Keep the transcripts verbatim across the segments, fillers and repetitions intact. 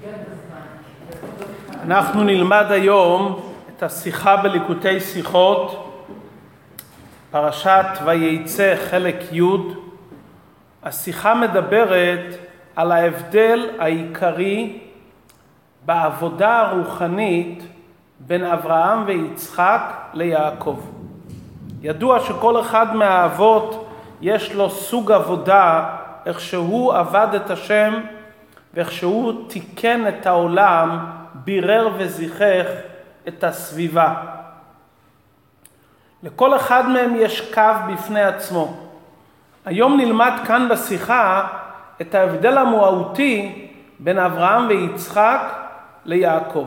אנחנו נלמד היום את השיחה בליקוטי שיחות, פרשת ויצא חלק י'. השיחה מדברת על ההבדל העיקרי בעבודה הרוחנית בין אברהם ויצחק ליעקב. ידוע שכל אחד מהאבות יש לו סוג עבודה, איך שהוא עבד את השם ואיך שהוא תיקן את העולם, בירר וזיכך את הסביבה. לכל אחד מהם יש קו בפני עצמו. היום נלמד כאן בשיחה את ההבדל המהותי בין אברהם ויצחק ליעקב.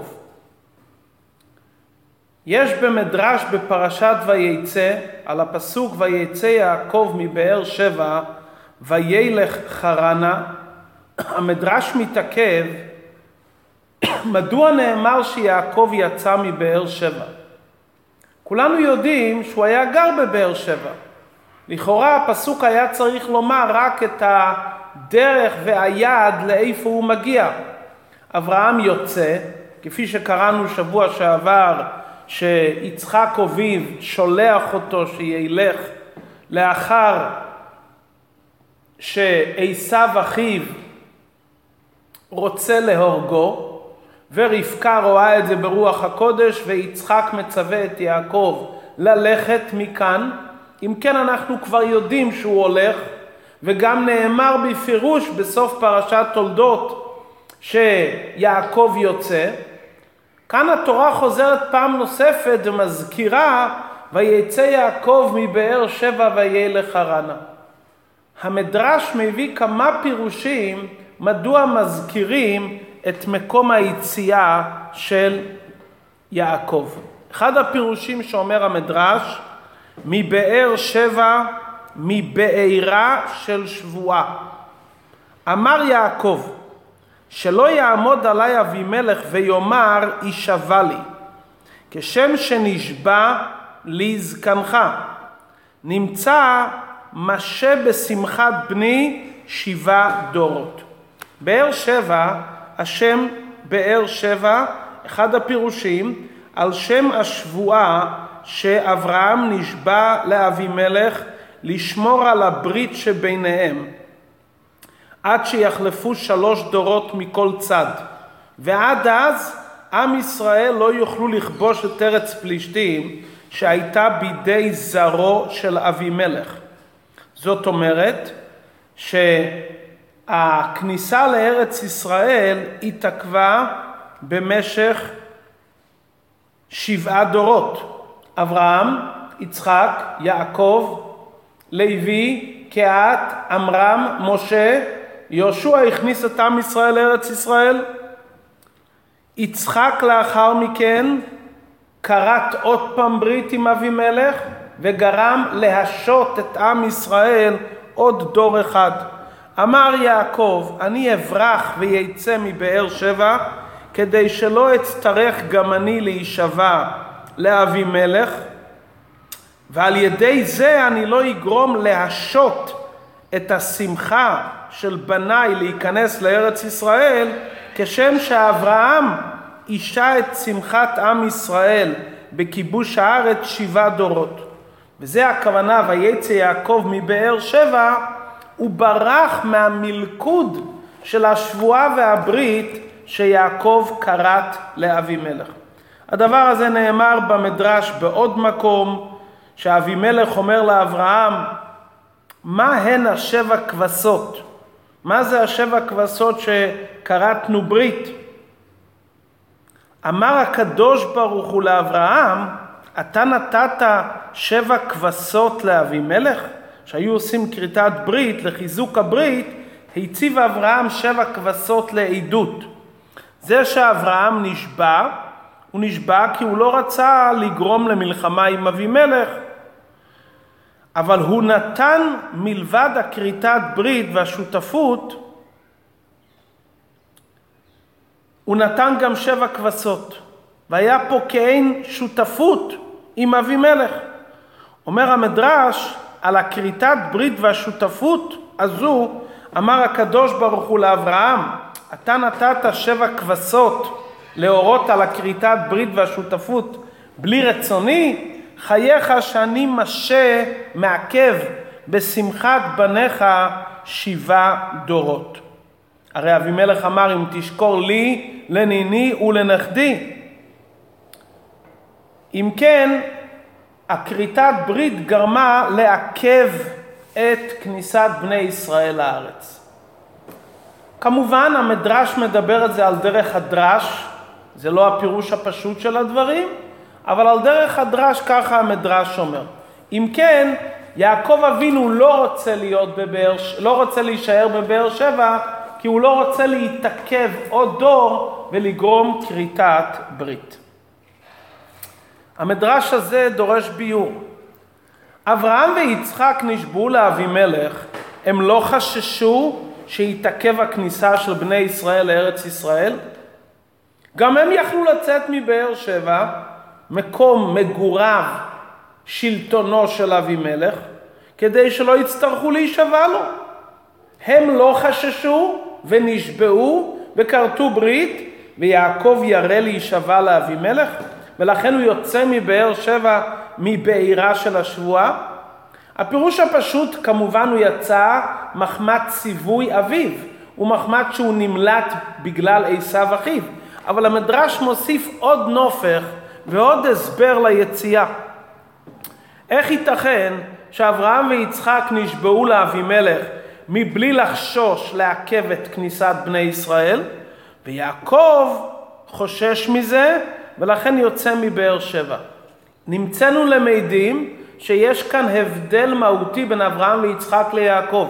יש במדרש בפרשת ויצא על הפסוק ויצא יעקב מבאר שבע וילך חרנה. המדרש מתעכב מדוע נאמר שיעקב יצא מבאר שבע. כולנו יודעים שהוא היה גר בבאר שבע. לכאורה הפסוק היה צריך לומר רק את הדרך והיעד לאיפה הוא מגיע. אברהם יוצא, כפי שקראנו שבוע שעבר, שיצחק אביו שולח אותו שילך לאחר שעשיו אחיו רוצה להורגו, ורבקה רואה את זה ברוח הקודש, ויצחק מצווה את יעקב ללכת מכאן. אם כן אנחנו כבר יודעים שהוא הולך, וגם נאמר בפירוש בסוף פרשת תולדות שיעקב יוצא. כאן התורה חוזרת פעם נוספת ומזכירה ויצא יעקב מבאר שבע וילך חרנה. המדרש מביא כמה פירושים מדוע מזכירים את מקום היציאה של יעקב. אחד הפירושים שאומר המדרש, מבאר שבע, מבארה של שבועה. אמר יעקב, שלא יעמוד עלי אבימלך ויאמר יישבע לי, כשם שנשבע לי זקנך. נמצא משה בשמחת בני שבעה דורות. באר שבע, השם באר שבע, אחד הפירושים על שם השבועה שאברהם נשבע לאבימלך לשמור על הברית שביניהם עד שיחלפו שלוש דורות מכל צד, ועד אז עם ישראל לא יוכלו לכבוש את ארץ פלישתים שהייתה בידי זרעו של אבימלך. זאת אומרת שהכניסה לארץ ישראל התעכבה במשך שבעה דורות. אברהם, יצחק, יעקב, לוי, קהת, עמרם, משה, יהושע הכניס את עם ישראל לארץ ישראל. יצחק לאחר מכן כרת עוד פעם ברית עם אבימלך וגרם להשות את עם ישראל עוד דור אחד. אמר יעקב, אני אברח ויצא מבאר שבע כדי שלא אצטרך גם אני להישבע לאבימלך, ועל ידי זה אני לא אגרום להשות את השמחה של בניי להיכנס לארץ ישראל, כשם שאברהם אישה את שמחת עם ישראל בכיבוש הארץ שבעה דורות. וזה הכוונה ויצא יעקב מבאר שבע, הוא ברח מהמלכוד של השבועה והברית שיעקב כרת לאבימלך. הדבר הזה נאמר במדרש בעוד מקום, שאבימלך אומר לאברהם, מה הן השבע כבשות? מה זה השבע כבשות שקראתנו ברית? אמר הקדוש ברוך הוא לאברהם, אתה נתת שבע כבשות לאבימלך? שהיו עושים כריתת ברית לחיזוק הברית, הציב אברהם שבע כבשות לעדות. זה שאברהם נשבע, הוא נשבע כי הוא לא רצה לגרום למלחמה עם אבימלך, אבל הוא נתן מלבד הכריתת ברית והשותפות, הוא נתן גם שבע כבשות, והיה פה כאין שותפות עם אבימלך. אומר המדרש על הכריתת ברית והשותפות הזו, אמר הקדוש ברוך הוא לאברהם, אתה נתת שבע כבשות להורות על הכריתת ברית והשותפות בלי רצוני, חייך שאני משה מעכב בשמחת בניך שבעה דורות. הרי אבימלך אמר, אם תשקור לי, לניני ולנכדי. אם כן, הכריתת ברית גרמה לעכב את כניסת בני ישראל לארץ. כמובן, המדרש מדבר את זה על דרך הדרש, זה לא הפירוש הפשוט של הדברים, אבל על דרך הדרש ככה המדרש אומר. אם כן, יעקב אבינו לא רוצה להיות בבאר, לא רוצה להישאר בבאר שבע, כי הוא לא רוצה להתעכב עוד דור ולגרום כריתת ברית. המדרש הזה דורש ביור. אברהם ויצחק נשבעו לאבימלך, הם לא חששו שיתעכב הכניסה של בני ישראל לארץ ישראל? גם הם יכלו לצאת מבאר שבע, מקום מגוריו שלטונו של אבימלך, כדי שלא יצטרכו להישבע לו. הם לא חששו ונשבעו וכרתו ברית, ויעקב ירא להישבע לאבימלך, ולכן הוא יוצא מבאר שבע מבעירה של השבועה. הפירוש הפשוט, כמובן הוא יצא מחמת ציווי אביו, ומחמת שהוא נמלט בגלל עשיו אחיו. אבל המדרש מוסיף עוד נופך ועוד הסבר ליציאה. איך ייתכן שאברהם ויצחק נשבעו לאבימלך מבלי לחשוש לעכב את כניסת בני ישראל, ויעקב חושש מזה ולכן יוצא מבאר שבע? נמצאנו למדים שיש כאן הבדל מהותי בין אברהם ויצחק ליעקב.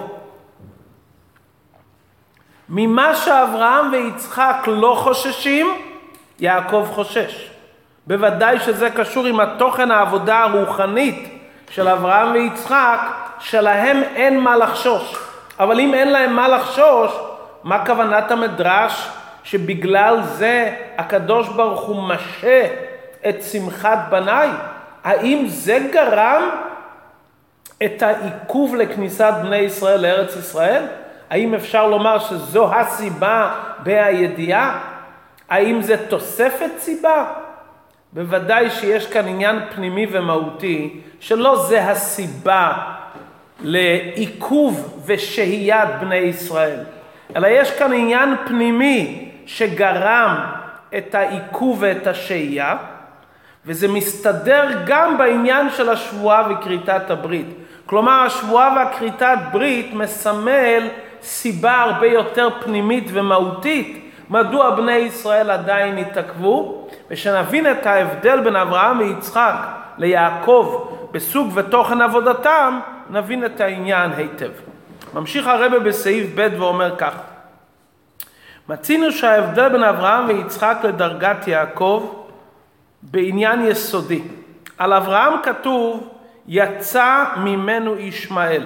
ממה שאברהם ויצחק לא חוששים, יעקב חושש. בוודאי שזה קשור עם התוכן העבודה הרוחנית של אברהם ויצחק, שלהם אין מה לחשוש. אבל אם אין להם מה לחשוש, מה כוונת המדרש? שבגלל זה הקדוש ברוך הוא משה את שמחת בניי? האם זה גרם את העיכוב לכניסת בני ישראל לארץ ישראל? האם אפשר לומר שזו הסיבה בהידיעה? האם זה תוספת סיבה? בוודאי שיש כאן עניין פנימי ומהותי, שלא זה הסיבה לעיכוב ושהיית בני ישראל, אלא יש כאן עניין פנימי שגרם את העיכוב ואת השהייה, וזה מסתדר גם בעניין של השבועה וכריתת הברית. כלומר, השבועה והכריתת ברית מסמל סיבה הרבה יותר פנימית ומהותית מדוע בני ישראל עדיין התעכבו, ושנבין את ההבדל בין אברהם ויצחק ליעקב בסוג ותוכן עבודתם, נבין את העניין היטב. ממשיך הרב בסעיף ב' ואומר כך: מצינו שההבדל בין אברהם ויצחק לדרגת יעקב בעניין יסודי. על אברהם כתוב יצא ממנו ישמעאל.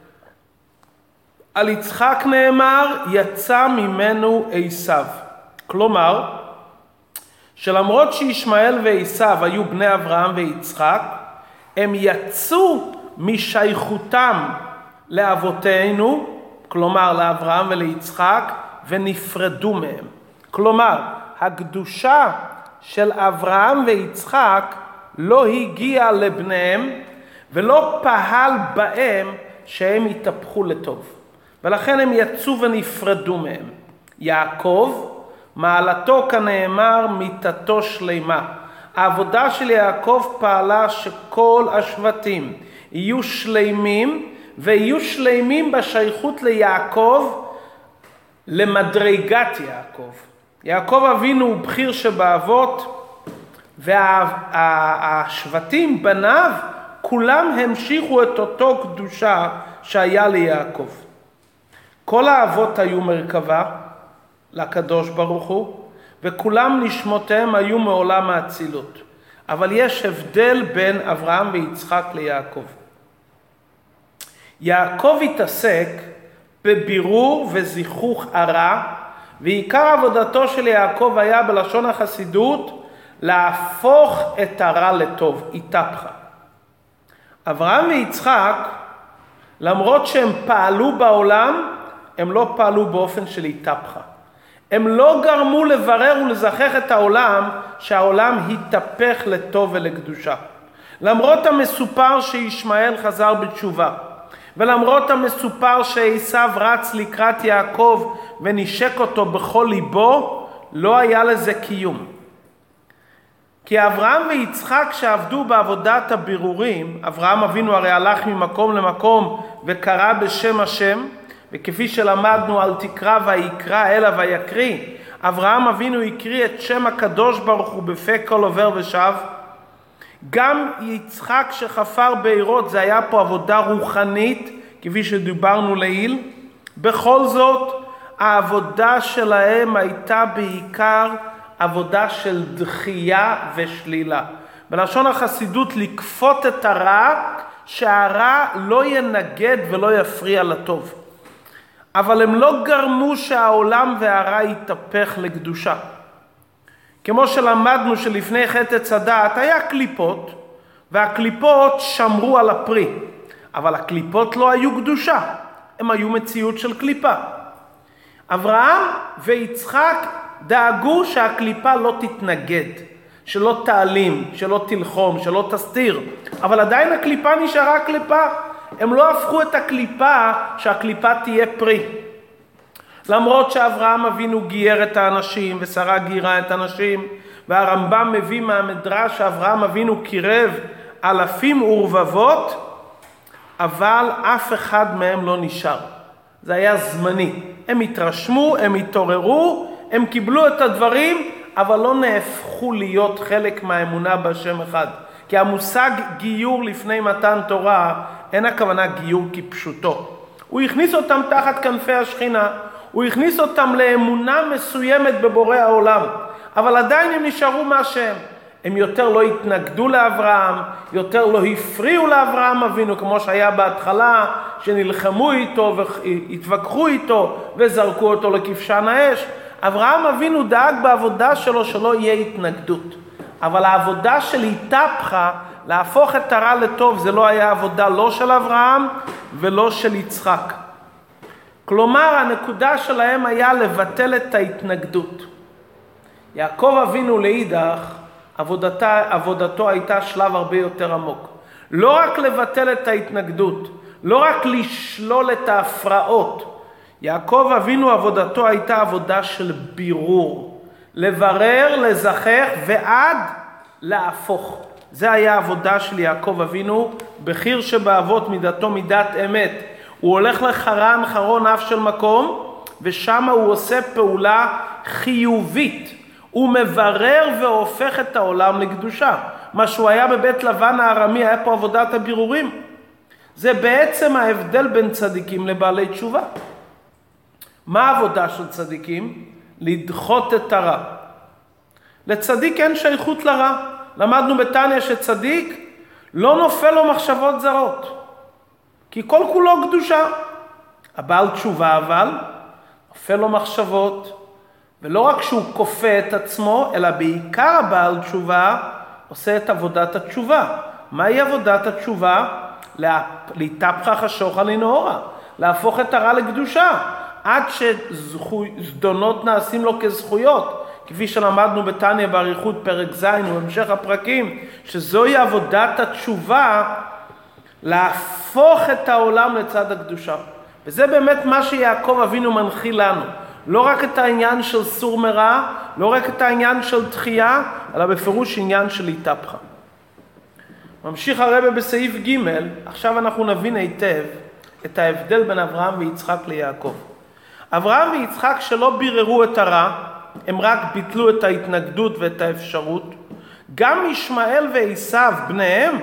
על יצחק נאמר יצא ממנו עשיו. כלומר, שלמרות שישמעאל ועשיו היו בני אברהם ויצחק, הם יצאו משייכותם לאבותינו, כלומר לאברהם וליצחק, ונפרדו מהם. כלומר, הקדושה של אברהם ויצחק לא הגיעה לבניהם, ולא פעל בהם שהם יתהפכו לטוב. ולכן הם יצאו ונפרדו מהם. יעקב, מעלתו כנאמר מיתתו שלמה. העבודה של יעקב פעלה שכל השבטים יהיו שלמים, ויהיו שלמים בשייכות ליעקב, למדרגת יעקב. יעקב אבינו הוא בחיר שבאבות, והשבטים בניו כולם המשיכו את אותו קדושה שהיה ליעקב. כל האבות היו מרכבה לקדוש ברוך הוא, וכולם נשמותיהם היו מעולם האצילות. אבל יש הבדל בין אברהם ויצחק ליעקב. יעקב התעסק בבירור וזיכוך הרע, ועיקר עבודתו של יעקב היה בלשון החסידות להפוך את הרע לטוב, התהפכה. אברהם ויצחק, למרות שהם פעלו בעולם, הם לא פעלו באופן של התהפכה. הם לא גרמו לברר ולזכח את העולם, שהעולם התהפך לטוב ולקדושה. למרות המסופר שישמעאל חזר בתשובה, ולמרות המסופר שעשיו רץ לקראת יעקב ונשק אותו בכל ליבו, לא היה לזה קיום. כי אברהם ויצחק שעבדו בעבודת הבירורים, אברהם אבינו הרי הלך ממקום למקום וקרא בשם השם, וכפי שלמדנו על תקרא ויקרא אלא ויקריא, אברהם אבינו הקריא את שם הקדוש ברוך הוא בפה כל עובר ושב. גם יצחק שחפר בעירות, זה היה פה עבודה רוחנית, כפי שדיברנו לעיל. בכל זאת, העבודה שלהם הייתה בעיקר עבודה של דחייה ושלילה. בלשון החסידות, לקפות את הרע, שהרע לא ינגד ולא יפריע לטוב. אבל הם לא גרמו שהעולם והרע יתהפך לקדושה. כמו שלמדנו שלפני חטא עץ הדעת היה קליפות, והקליפות שמרו על הפרי. אבל הקליפות לא היו קדושה, הם היו מציאות של קליפה. אברהם ויצחק דאגו שהקליפה לא תתנגד, שלא תעלים, שלא תלחום, שלא תסתיר. אבל עדיין הקליפה נשארה קליפה. הם לא הפכו את הקליפה שהקליפה תהיה פרי. למרות שאברהם אבינו גייר את האנשים ושרה גירה את האנשים, והרמב"ם מביא מהמדרש שאברהם אבינו קירב אלפים ורבבות, אבל אף אחד מהם לא נשאר. זה היה זמני. הם התרשמו, הם התעוררו, הם קיבלו את הדברים, אבל לא נהפכו להיות חלק מהאמונה בשם אחד. כי המושג גיור לפני מתן תורה, אין הכוונה גיור כפשוטו. הוא הכניס אותם תחת כנפי השכינה, הוא הכניס אותם לאמונה מסוימת בבורא העולם, אבל עדיין הם נשארו מהשם. הם יותר לא התנגדו לאברהם, יותר לא הפריעו לאברהם אבינו, כמו שהיה בהתחלה, שנלחמו איתו והתווכחו איתו וזרקו אותו לכבשן האש. אברהם אבינו דאג בעבודה שלו שלא יהיה התנגדות. אבל העבודה של התהפכה, להפוך את הרע לטוב, זה לא היה עבודה לא של אברהם ולא של יצחק. כלומר, הנקודה שלהם היה לבטל את ההתנגדות. יעקב אבינו לאידך, עבודתה, עבודתו הייתה שלב הרבה יותר עמוק. לא רק לבטל את ההתנגדות, לא רק לשלול את ההפרעות. יעקב אבינו עבודתו הייתה עבודה של בירור. לברר, לזכח ועד להפוך. זה היה העבודה של יעקב אבינו, בחיר שבאבות מידתו מידת אמת. הוא הולך לחרן חרון אף של מקום, ושם הוא עושה פעולה חיובית. הוא מברר והופך את העולם לקדושה. מה שהוא היה בבית לבן הארמי, היה פה עבודת הבירורים. זה בעצם ההבדל בין צדיקים לבעלי תשובה. מה העבודה של צדיקים? לדחות את הרע. לצדיק אין שייכות לרע. למדנו בתניא שצדיק לא נופל לו מחשבות זרות, כי כל כולו קדושה. הבעל תשובה אבל נופל לו מחשבות, ולא רק שהוא כופה את עצמו, אלא בעיקר הבעל תשובה עושה את עבודת התשובה. מהי עבודת התשובה? להתהפך השוחד לנאורה, להפוך את הרע לקדושה, עד שזדונות נעשים לו כזכויות, כפי שלמדנו בתניא באריכות פרק ז' ובהמשך הפרקים, שזוהי עבודת התשובה, להפוך את העולם לצד הקדושה. וזה באמת מה שיעקב אבינו מנחיל לנו. לא רק את העניין של סור מרע, לא רק את העניין של דחייה, אלא בפירוש עניין של התהפכה. ממשיך הרב בסעיף ג', עכשיו אנחנו נבין היטב את ההבדל בין אברהם ויצחק ליעקב. אברהם ויצחק שלא ביררו את הרע, הם רק ביטלו את ההתנגדות ואת האפשרות. גם ישמעאל ועשיו בניהם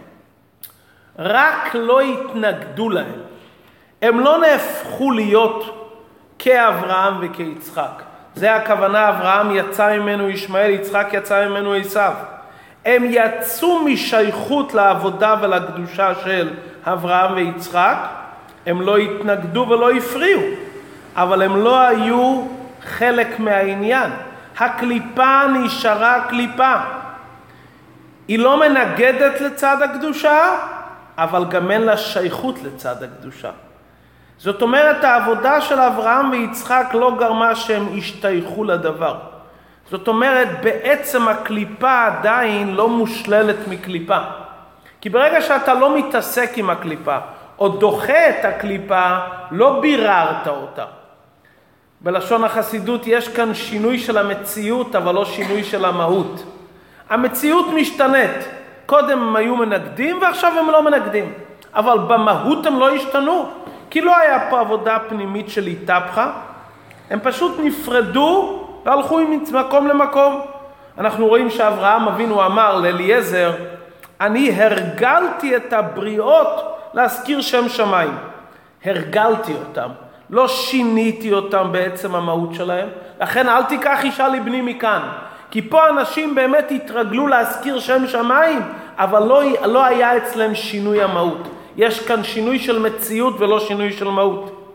רק לא התנגדו להם. הם לא נהפכו להיות כאברהם וכיצחק. זה הכוונה, אברהם יצא ממנו ישמעאל, יצחק יצא ממנו עשיו. הם יצאו משייכות לעבודה ולקדושה של אברהם ויצחק, הם לא התנגדו ולא הפריעו, אבל הם לא היו חלק מהעניין. הקליפה נשארה קליפה. היא לא מנגדת לצד הקדושה, אבל גם אין לה שייכות לצד הקדושה. זאת אומרת, העבודה של אברהם ויצחק לא גרמה שהם השתייכו לדבר. זאת אומרת, בעצם הקליפה עדיין לא מושללת מקליפה. כי ברגע שאתה לא מתעסק עם הקליפה, או דוחה את הקליפה, לא ביררת אותה. בלשון החסידות יש כאן שינוי של המציאות, אבל לא שינוי של המהות. המציאות משתנית. קודם הם היו מנגדים ועכשיו הם לא מנגדים. אבל במהות הם לא השתנו. כי לא היה פה עבודה פנימית של התהפכה. הם פשוט נפרדו והלכו ממקום למקום. אנחנו רואים שאברהם אבינו אמר לאליעזר, אני הרגלתי את הבריאות להזכיר שם שמיים. הרגלתי אותם. לא שיניתי אותם בעצם המהות שלהם. לכן אל תיקח אישה לבני מכאן. כי פה אנשים באמת התרגלו להזכיר שם שמיים, אבל לא, לא היה אצלם שינוי המהות. יש כאן שינוי של מציאות ולא שינוי של מהות.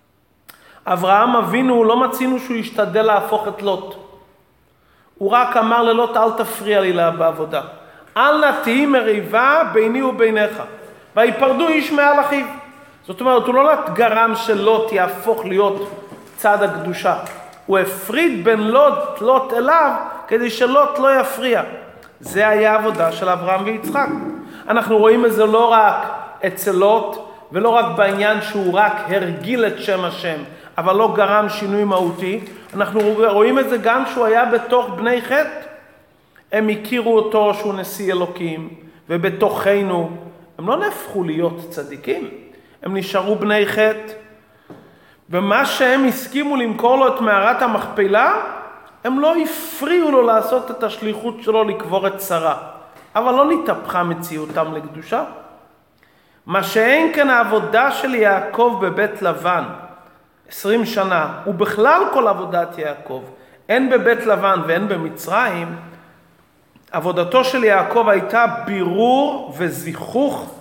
אברהם אבינו, לא מצינו שהוא השתדל להפוך את לוט. הוא רק אמר ללוט, אל תפריע לי בעבודה. אל נא תהי מריבה ביני וביניך. ויפרדו איש מעל אחיו. זאת אומרת, הוא לא גרם שלוט יהפוך להיות צד הקדושה. הוא הפריד בין לוט, לוט אליו, כדי שלוט לא יפריע. זה היה עבודה של אברהם ויצחק. אנחנו רואים את זה לא רק אצל לוט, ולא רק בעניין שהוא רק הרגיל את שם השם, אבל לא גרם שינוי מהותי. אנחנו רואים את זה גם שהוא היה בתוך בני חטא. הם הכירו אותו שהוא נשיא אלוקים, ובתוכנו הם לא נהפכו להיות צדיקים. הם נשארו בני חטא, ומה שהם הסכימו למכור לו את מערת המכפלה, הם לא הפריעו לו לעשות את השליחות שלו לקבור את שרה. אבל לא נתהפכה מציאותם לקדושה. מה שאין כאן העבודה של יעקב בבית לבן, עשרים שנה, ובכלל כל עבודת יעקב, הן בבית לבן והן במצרים, עבודתו של יעקב הייתה בירור וזיכוך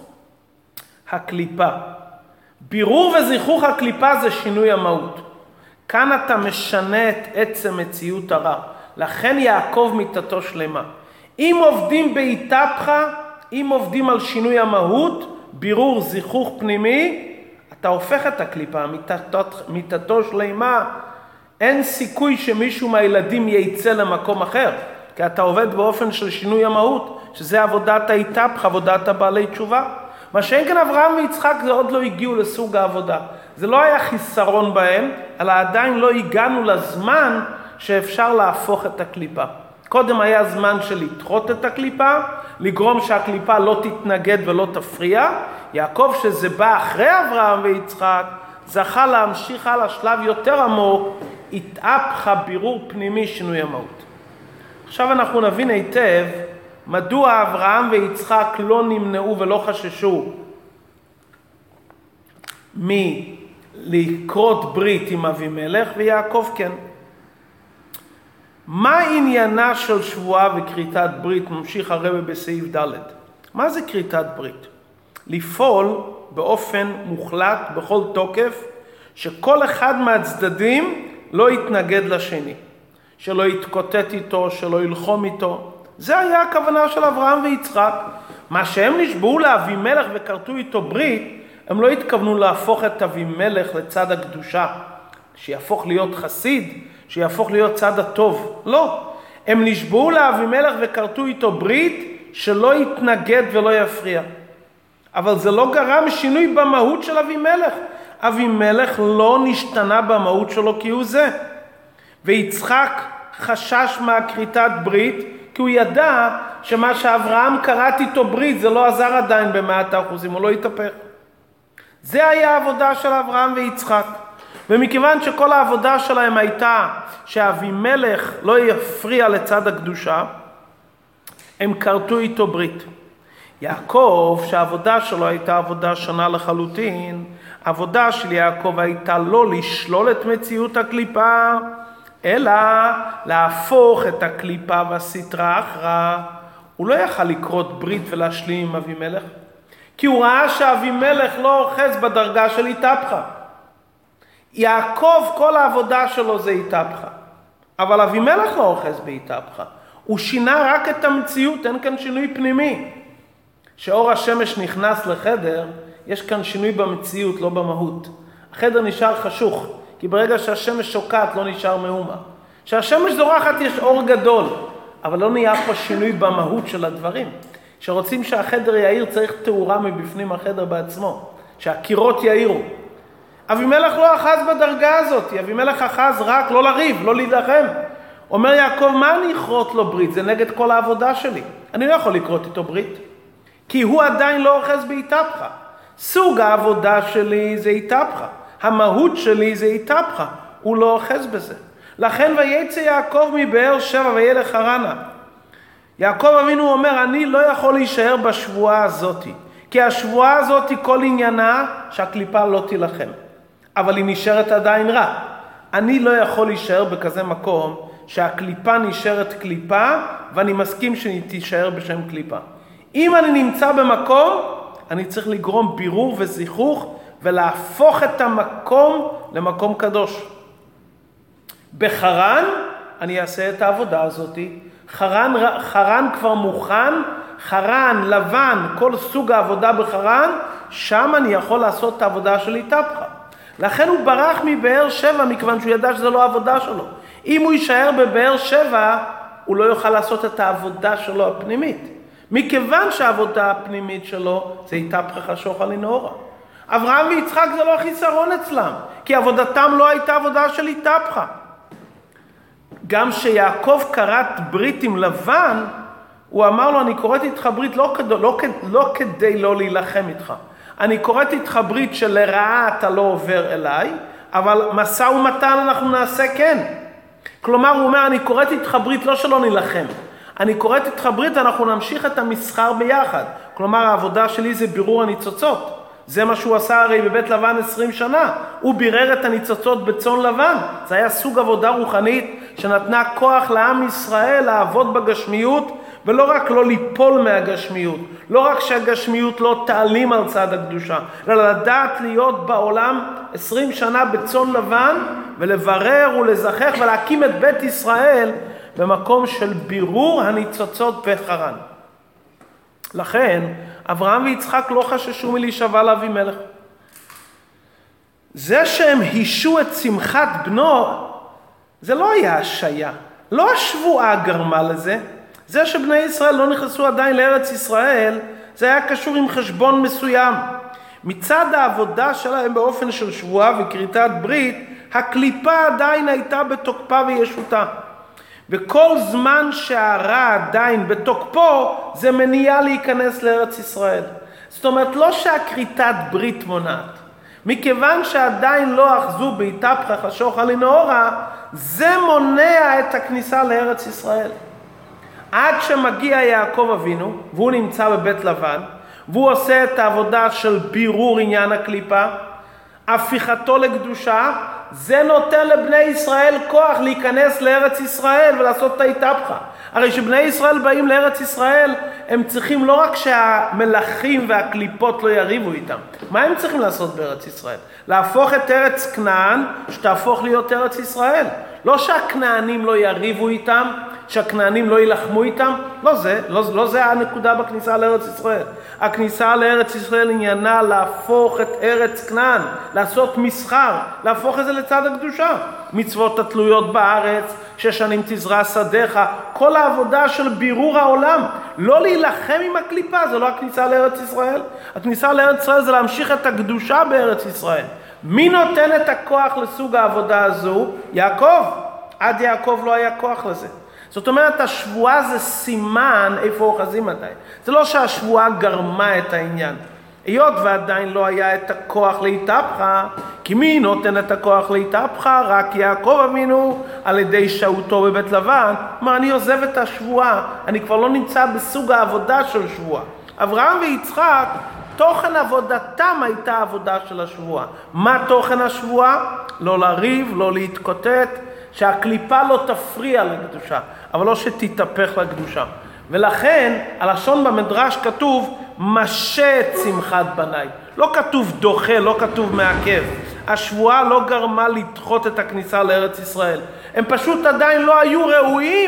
הקליפה. בירור וזיכוך הקליפה זה שינוי המהות. כאן אתה משנה את עצם מציאות הרע. לכן יעקב מיתתו שלמה. אם עובדים בהתהפכה, אם עובדים על שינוי המהות, בירור זיכוך פנימי, אתה הופך את הקליפה, מיתתו שלמה. אין סיכוי שמישהו מהילדים ייצא למקום אחר, כי אתה עובד באופן של שינוי המהות, שזה עבודת ההתהפכה, עבודת הבעלי תשובה. מה שאין כאן אברהם ויצחק זה עוד לא הגיעו לסוג העבודה. זה לא היה חיסרון בהם, אלא עדיין לא הגענו לזמן שאפשר להפוך את הקליפה. קודם היה זמן של לדחות את הקליפה, לגרום שהקליפה לא תתנגד ולא תפריע. יעקב שזה בא אחרי אברהם ויצחק, זכה להמשיך על השלב יותר עמוק, התהפכה בירור פנימי שינוי המהות. עכשיו אנחנו נבין היטב מדוע אברהם ויצחק לא נמנעו ולא חששו מלקרות ברית עם אבימלך, ויעקב כן. מה עניינה של שבועה וכריתת ברית? ממשיך הרב בסעיף ד'. מה זה כריתת ברית? לפעול באופן מוחלט בכל תוקף שכל אחד מהצדדים לא יתנגד לשני, שלא יתקוטט איתו, שלא ילחום איתו. זה היה הכוונה של אברהם ויצחק. מה שהם נשבעו לאבימלך וכרתו איתו ברית, הם לא התכוונו להפוך את אבימלך לצד הקדושה, שיהפוך להיות חסיד, שיהפוך להיות צד הטוב. לא. הם נשבעו לאבימלך וכרתו איתו ברית שלא יתנגד ולא יפריע. אבל זה לא גרם שינוי במהות של אבימלך. אבימלך לא נשתנה במהות שלו כי הוא זה. ויצחק חשש מהכריתת ברית, כי הוא ידע שמה שאברהם קראת איתו ברית זה לא עזר עדיין במאת האחוזים, הוא לא יתהפך. זה היה העבודה של אברהם ויצחק. ומכיוון שכל העבודה שלהם הייתה שאבימלך לא יפריע לצד הקדושה, הם כרתו איתו ברית. יעקב, שהעבודה שלו הייתה עבודה שונה לחלוטין, העבודה של יעקב הייתה לא לשלול את מציאות הקליפה, אלא להפוך את הקליפה והסטרה אחרה. הוא לא יכל לקרות ברית ולהשלים עם אבימלך, כי הוא ראה שאבימלך לא אוחז בדרגה של התהפכה. יעקב, כל העבודה שלו זה התהפכה, אבל אבימלך לא אוחז בהתהפכה. הוא שינה רק את המציאות, אין כאן שינוי פנימי. שאור השמש נכנס לחדר, יש כאן שינוי במציאות, לא במהות. החדר נשאר חשוך, כי ברגע שהשמש שוקעת לא נשאר מאומה. כשהשמש זורחת יש אור גדול, אבל לא נהיה פה שינוי במהות של הדברים. כשרוצים שהחדר יאיר צריך תאורה מבפנים החדר בעצמו, שהקירות יאירו. אבימלך לא אחז בדרגה הזאת, אבימלך אחז רק לא לריב, לא להילחם. אומר יעקב, מה אני אכרות לו ברית? זה נגד כל העבודה שלי. אני לא יכול לקרות איתו ברית, כי הוא עדיין לא אוחז בהתהפכה. סוג העבודה שלי זה התהפכה. המהות שלי זה התהפכה. הוא לא אוחז בזה. לכן ויצא יעקב מבאר שבע וילך חרנה. יעקב אבינו אומר, אני לא יכול להישאר בשבועה הזאת, כי השבועה הזאת כל עניינה שהקליפה לא תילחם. אבל היא נשארת עדיין רע. אני לא יכול להישאר בכזה מקום שהקליפה נשארת קליפה, ואני מסכים שהיא תישאר בשם קליפה. אם אני נמצא במקום, אני צריך לגרום בירור וזיכוך, ולהפוך את המקום למקום קדוש. בחרן אני אעשה את העבודה הזאת. חרן, חרן כבר מוכן, חרן, לבן, כל סוג העבודה בחרן, שם אני יכול לעשות את העבודה של התהפכה. לכן הוא ברח מבאר שבע, מכיוון שהוא ידע שזה לא העבודה שלו. אם הוא יישאר בבאר שבע, הוא לא יוכל לעשות את העבודה שלו הפנימית. מכיוון שהעבודה הפנימית שלו זה התהפכה חשוך על נאורה. אברהם ויצחק זה לא חיסרון אצלם, כי עבודתם לא הייתה עבודה של התהפכה. גם שיעקב קראת ברית עם לבן, הוא אמר לו, אני קוראת איתך ברית לא כדי לא, לא, כדי לא להילחם איתך. אני קוראת איתך ברית שלרעה אתה לא עובר אליי, אבל משא ומתן אנחנו נעשה כן. כלומר, הוא אומר, אני קוראת איתך ברית לא שלא נילחם. אני קוראת איתך ברית, אנחנו נמשיך את המסחר ביחד. כלומר, העבודה שלי זה בירור הניצוצות. זה מה שהוא עשה הרי בבית לבן עשרים שנה. הוא בירר את הניצוצות בצאן לבן. זה היה סוג עבודה רוחנית שנתנה כוח לעם ישראל לעבוד בגשמיות, ולא רק לא ליפול מהגשמיות, לא רק שהגשמיות לא תעלים על צד הקדושה, אלא לדעת להיות בעולם עשרים שנה בצאן לבן, ולברר ולזכח ולהקים את בית ישראל במקום של בירור הניצוצות בחרן. לכן, אברהם ויצחק לא חששו מלהישבע לאבימלך. זה שהם הישו את שמחת בנו, זה לא היה השעיה. לא השבועה גרמה לזה. זה שבני ישראל לא נכנסו עדיין לארץ ישראל, זה היה קשור עם חשבון מסוים. מצד העבודה שלהם באופן של שבועה וכריתת ברית, הקליפה עדיין הייתה בתוקפה וישותה. וכל זמן שהרע עדיין בתוקפו, זה מניע להיכנס לארץ ישראל. זאת אומרת, לא שהכריתת ברית מונעת. מכיוון שעדיין לא אחזו בהתהפכה חשוך על נאורה, זה מונע את הכניסה לארץ ישראל. עד שמגיע יעקב אבינו, והוא נמצא בבית לבן, והוא עושה את העבודה של בירור עניין הקליפה, הפיכתו לקדושה, זה נותן לבני ישראל כוח להיכנס לארץ ישראל ולעשות את ההתהפכה. הרי שבני ישראל באים לארץ ישראל, הם צריכים לא רק שהמלכים והקליפות לא יריבו איתם. מה הם צריכים לעשות בארץ ישראל? להפוך את ארץ כנען שתהפוך להיות ארץ ישראל. לא שהכנענים לא יריבו איתם, שהכנענים לא ילחמו איתם, לא זה, לא, לא זה הנקודה בכניסה לארץ ישראל. הכניסה לארץ ישראל עניינה להפוך את ארץ כנען, לעשות מסחר, להפוך את זה לצד הקדושה. מצוות התלויות בארץ, שש שנים תזרע שדיך, כל העבודה של בירור העולם, לא להילחם עם הקליפה, זה לא הכניסה לארץ ישראל. הכניסה לארץ ישראל זה להמשיך את הקדושה בארץ ישראל. מי נותן את הכוח לסוג העבודה הזו? יעקב. עד יעקב לא היה כוח לזה. זאת אומרת, השבועה זה סימן איפה אוחזים עדיין. זה לא שהשבועה גרמה את העניין. היות ועדיין לא היה את הכוח להתהפכה, כי מי נותן את הכוח להתהפכה? רק יעקב אבינו על ידי שהותו בבית לבן. מה, אני עוזב את השבועה, אני כבר לא נמצא בסוג העבודה של שבועה. אברהם ויצחק, תוכן עבודתם הייתה עבודה של השבועה. מה תוכן השבועה? לא לריב, לא להתקוטט, שהקליפה לא תפריע לקדושה, אבל לא שתתהפך לקדושה. ולכן, הלשון במדרש כתוב, משה את שמחת בניי. לא כתוב דוחה, לא כתוב מעכב. השבועה לא גרמה לדחות את הכניסה לארץ ישראל. הם פשוט עדיין לא היו ראויים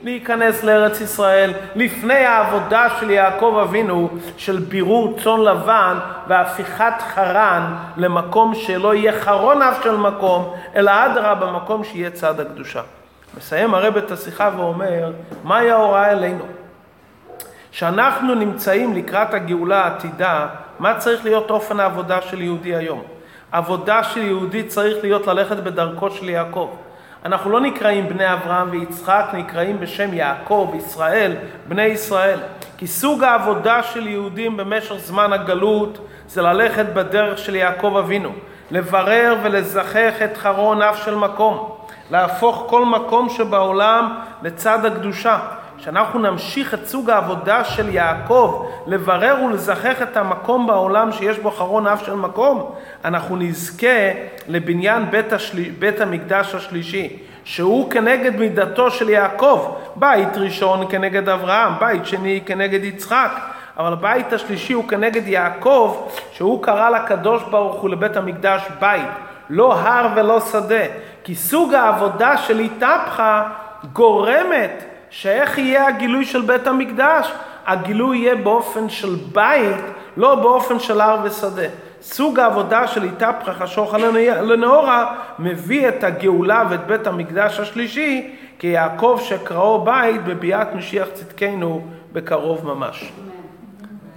להיכנס לארץ ישראל לפני העבודה של יעקב אבינו של בירור צאן לבן והפיכת חרן למקום שלא יהיה חרון אף של מקום, אלא אדרבה במקום שיהיה צד הקדושה. מסיים הרב את השיחה ואומר, מהי ההוראה אלינו? שאנחנו נמצאים לקראת הגאולה העתידה, מה צריך להיות אופן העבודה של יהודי היום? עבודה של יהודי צריך להיות ללכת בדרכו של יעקב. אנחנו לא נקראים בני אברהם ויצחק, נקראים בשם יעקב, ישראל, בני ישראל. כי סוג העבודה של יהודים במשך זמן הגלות זה ללכת בדרך של יעקב אבינו, לברר ולזכח את חרון אף של מקום, להפוך כל מקום שבעולם לצד הקדושה. שאנחנו נמשיך את סוג העבודה של יעקב, לברר ולזכח את המקום בעולם שיש בו חרון אף של מקום, אנחנו נזכה לבניין בית, השל... בית המקדש השלישי, שהוא כנגד מידתו של יעקב, בית ראשון כנגד אברהם, בית שני כנגד יצחק, אבל הבית השלישי הוא כנגד יעקב, שהוא קרא לקדוש ברוך הוא לבית המקדש בית, לא הר ולא שדה, כי סוג העבודה של התהפכה גורמת שאיך יהיה הגילוי של בית המקדש? הגילוי יהיה באופן של בית, לא באופן של הר ושדה. סוג העבודה של התהפכה חשוך לנאורה מביא את הגאולה ואת בית המקדש השלישי, כי יעקב שקראו בית בביאת משיח צדקנו בקרוב ממש.